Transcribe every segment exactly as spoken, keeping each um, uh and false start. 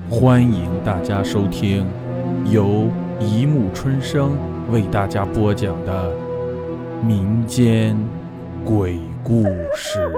欢迎大家收听由一木春生为大家播讲的民间鬼故事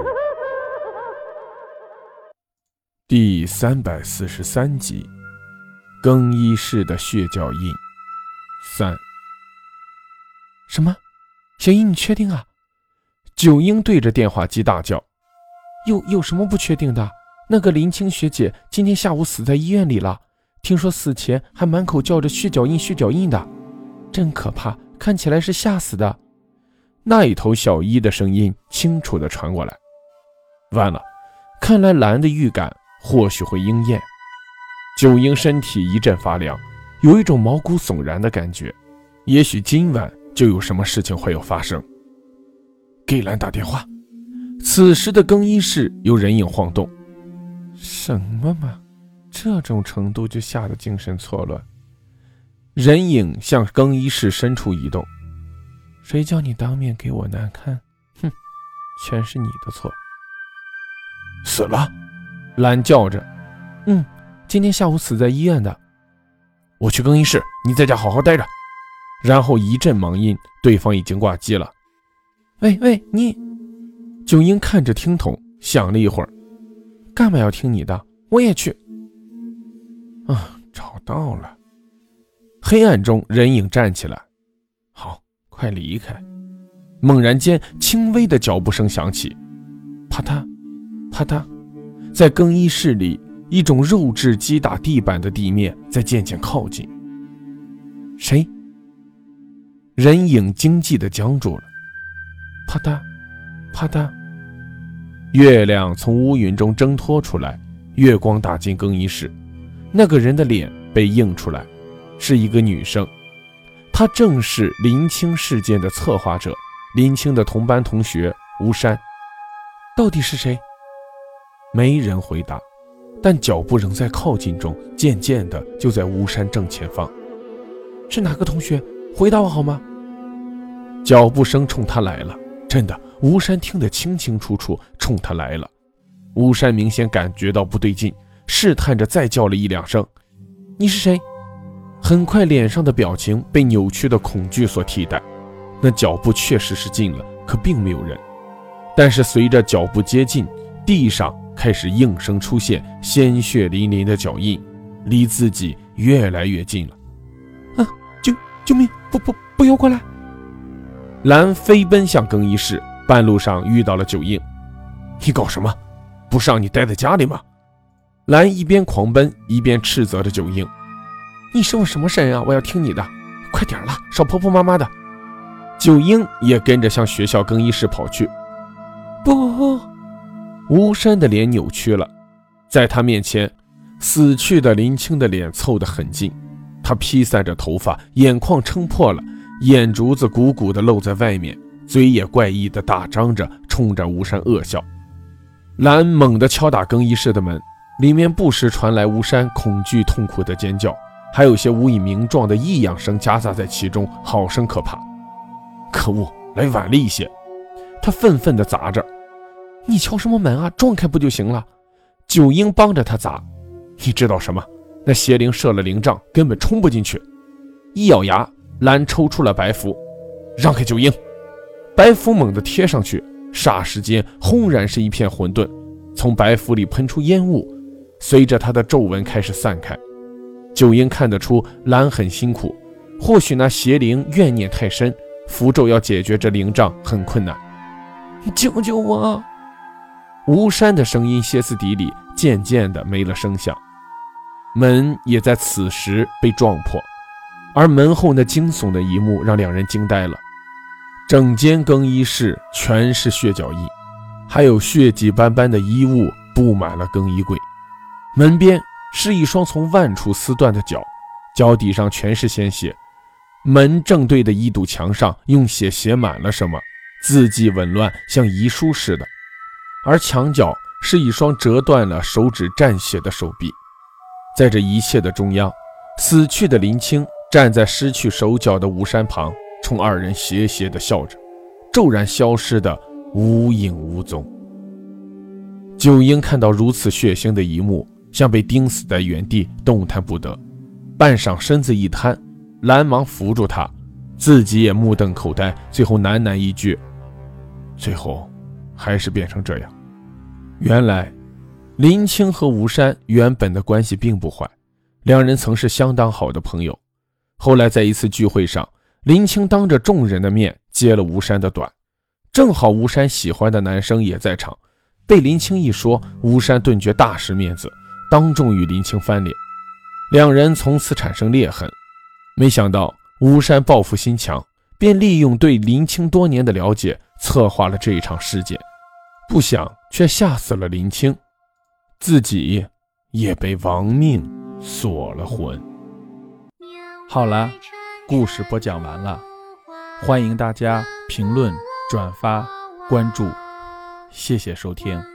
第三百四十三集，更衣室的血脚印三。 什么？小英，你确定啊？九英对着电话机大叫。有有什么不确定的？那个林青学姐今天下午死在医院里了，听说死前还满口叫着血脚印血脚印的，真可怕，看起来是吓死的。 那一头小一的声音清楚地传过来。完了，看来蓝的预感或许会应验。九英身体一阵发凉，有一种毛骨悚然的感觉，也许今晚就有什么事情会有发生。给蓝打电话。此时的更衣室有人影晃动。 什么嘛，这种程度就吓得精神错乱。 人影向更衣室深处移动。 谁叫你当面给我难看？哼，全是你的错。 死了？蓝叫着。 嗯，今天下午死在医院的。 我去更衣室，你在家好好待着。然后一阵忙音，对方已经挂机了。 喂喂，你…… 九英看着听筒，想了一会儿。 干嘛要听你的？我也去。 啊，找到了。黑暗中，人影站起来。好，快离开。猛然间，轻微的脚步声响起，啪嗒，啪嗒，在更衣室里，一种肉质击打地板的地面在渐渐靠近。谁？人影惊悸地僵住了。 啪嗒，啪嗒。 月亮从乌云中挣脱出来，月光打进更衣室。那个人的脸被映出来，是一个女生。她正是林青事件的策划者，林青的同班同学吴山。 到底是谁？ 没人回答，但脚步仍在靠近中，渐渐的就在吴山正前方。 是哪个同学？回答我好吗？ 脚步声冲他来了，真的，吴山听得清清楚楚，冲他来了。吴山明显感觉到不对劲，试探着再叫了一两声：“ 你是谁？” 很快脸上的表情被扭曲的恐惧所替代。那脚步确实是近了，可并没有人。但是随着脚步接近，地上开始应声出现鲜血淋淋的脚印，离自己越来越近了。 啊！救救命！不不不要过来！ 蓝飞奔向更衣室，半路上遇到了九英。你搞什么？不是让你待在家里吗？蓝一边狂奔一边斥责着九英。 你是我什么神啊？我要听你的，快点了，少婆婆妈妈的。 九英也跟着向学校更衣室跑去。 不！ 吴山的脸扭曲了，在他面前，死去的林青的脸凑得很近，他披散着头发，眼眶撑破了，眼珠子鼓鼓地露在外面，嘴也怪异地大张着，冲着吴山恶笑。蓝猛地敲打更衣室的门，里面不时传来吴山恐惧痛苦的尖叫，还有些无以名状的异样声夹杂在其中，好生可怕。可恶，来晚了一些。他愤愤地砸着。 你敲什么门啊？撞开不就行了？ 九英帮着他砸。你知道什么？那邪灵设了灵障，根本冲不进去。一咬牙，蓝抽出了白符。让开九英！白符猛地贴上去，霎时间轰然是一片混沌，从白符里喷出烟雾，随着他的皱纹开始散开。九英看得出蓝很辛苦，或许那邪灵怨念太深，符咒要解决这灵障很困难。 救救我！ 吴山的声音歇斯底里，渐渐的没了声响。门也在此时被撞破，而门后那惊悚的一幕让两人惊呆了。整间更衣室全是血脚印，还有血迹斑斑的衣物布满了更衣柜。门边是一双从万处撕断的脚，脚底上全是鲜血。门正对的一堵墙上用血写满了什么，字迹紊乱，像遗书似的。而墙角是一双折断了手指蘸血的手臂。在这一切的中央，死去的林青站在失去手脚的吴山旁，冲二人斜斜地笑着，骤然消失的无影无踪。九英看到如此血腥的一幕， 像被钉死在原地，动弹不得。半晌身子一瘫，蓝忙扶住他，自己也目瞪口呆，最后喃喃一句：最后还是变成这样。原来林青和吴山原本的关系并不坏，两人曾是相当好的朋友。后来在一次聚会上，林青当着众人的面揭了吴山的短，正好吴山喜欢的男生也在场，被林青一说，吴山顿觉大失面子，当众与林青翻脸，两人从此产生裂痕。没想到吴山报复心强，便利用对林青多年的了解，策划了这一场事件，不想却吓死了林青，自己也被亡命锁了魂。 好了，故事播讲完了，欢迎大家评论、转发、关注，谢谢收听。